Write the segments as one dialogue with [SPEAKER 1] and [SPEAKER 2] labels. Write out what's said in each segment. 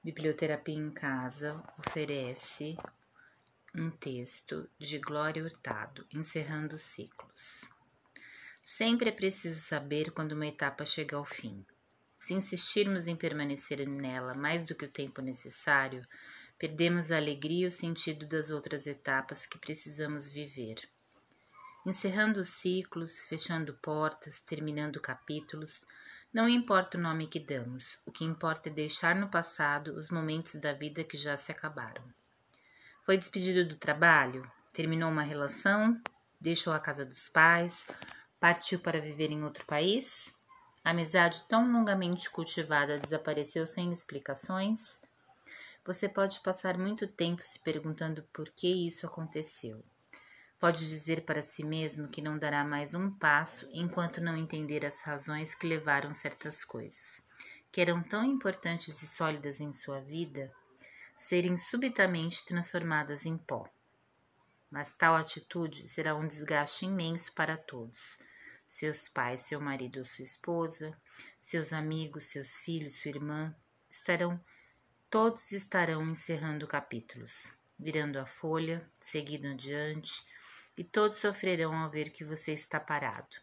[SPEAKER 1] Biblioterapia em Casa oferece um texto de Glória Hurtado, Encerrando Ciclos. Sempre é preciso saber quando uma etapa chega ao fim. Se insistirmos em permanecer nela mais do que o tempo necessário, perdemos a alegria e o sentido das outras etapas que precisamos viver. Encerrando ciclos, fechando portas, terminando capítulos, não importa o nome que damos, o que importa é deixar no passado os momentos da vida que já se acabaram. Foi despedido do trabalho? Terminou uma relação? Deixou a casa dos pais? Partiu para viver em outro país? A amizade tão longamente cultivada desapareceu sem explicações? Você pode passar muito tempo se perguntando por que isso aconteceu. Pode dizer para si mesmo que não dará mais um passo enquanto não entender as razões que levaram certas coisas, que eram tão importantes e sólidas em sua vida, serem subitamente transformadas em pó. Mas tal atitude será um desgaste imenso para todos. Seus pais, seu marido ou sua esposa, seus amigos, seus filhos, sua irmã, todos estarão encerrando capítulos, virando a folha, seguindo adiante, e todos sofrerão ao ver que você está parado.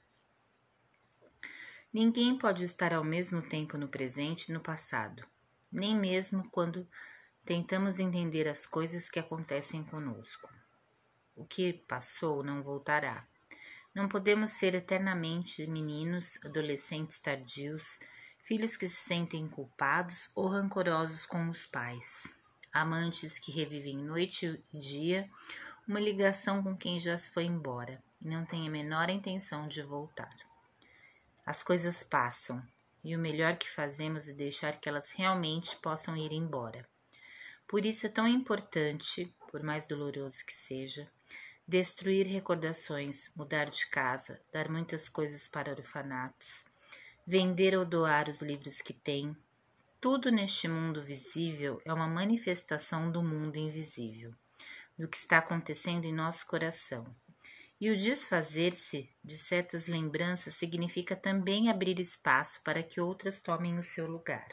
[SPEAKER 1] Ninguém pode estar ao mesmo tempo no presente e no passado, nem mesmo quando tentamos entender as coisas que acontecem conosco. O que passou não voltará. Não podemos ser eternamente meninos, adolescentes tardios, filhos que se sentem culpados ou rancorosos com os pais, amantes que revivem noite e dia uma ligação com quem já se foi embora e não tem a menor intenção de voltar. As coisas passam e o melhor que fazemos é deixar que elas realmente possam ir embora. Por isso é tão importante, por mais doloroso que seja, destruir recordações, mudar de casa, dar muitas coisas para orfanatos, vender ou doar os livros que tem. Tudo neste mundo visível é uma manifestação do mundo invisível, do que está acontecendo em nosso coração. E o desfazer-se de certas lembranças significa também abrir espaço para que outras tomem o seu lugar.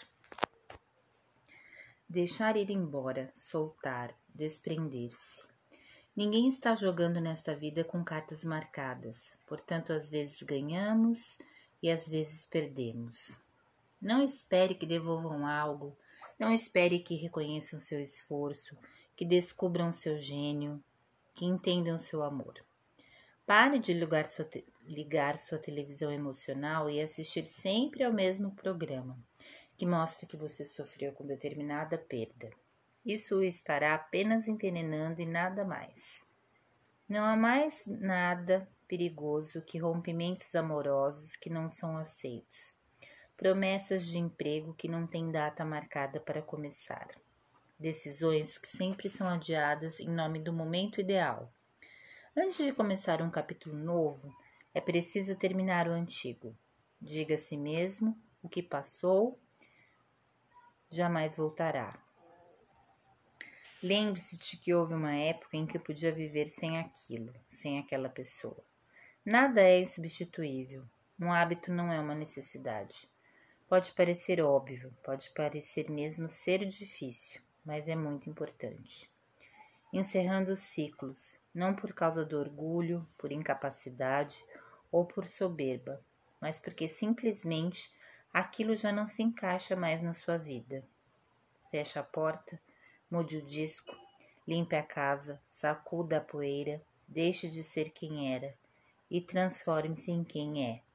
[SPEAKER 1] Deixar ir embora, soltar, desprender-se. Ninguém está jogando nesta vida com cartas marcadas, portanto, às vezes ganhamos e às vezes perdemos. Não espere que devolvam algo, não espere que reconheçam seu esforço, que descubram seu gênio, que entendam seu amor. Pare de ligar sua televisão emocional e assistir sempre ao mesmo programa, que mostra que você sofreu com determinada perda. Isso o estará apenas envenenando e nada mais. Não há mais nada perigoso que rompimentos amorosos que não são aceitos, promessas de emprego que não têm data marcada para começar, decisões que sempre são adiadas em nome do momento ideal. Antes de começar um capítulo novo, é preciso terminar o antigo. Diga a si mesmo: o que passou jamais voltará. Lembre-se de que houve uma época em que podia viver sem aquilo, sem aquela pessoa. Nada é insubstituível. Um hábito não é uma necessidade. Pode parecer óbvio, pode parecer mesmo ser difícil, mas é muito importante. Encerrando ciclos, não por causa do orgulho, por incapacidade ou por soberba, mas porque simplesmente aquilo já não se encaixa mais na sua vida. Feche a porta, mude o disco, limpe a casa, sacuda a poeira, deixe de ser quem era e transforme-se em quem é.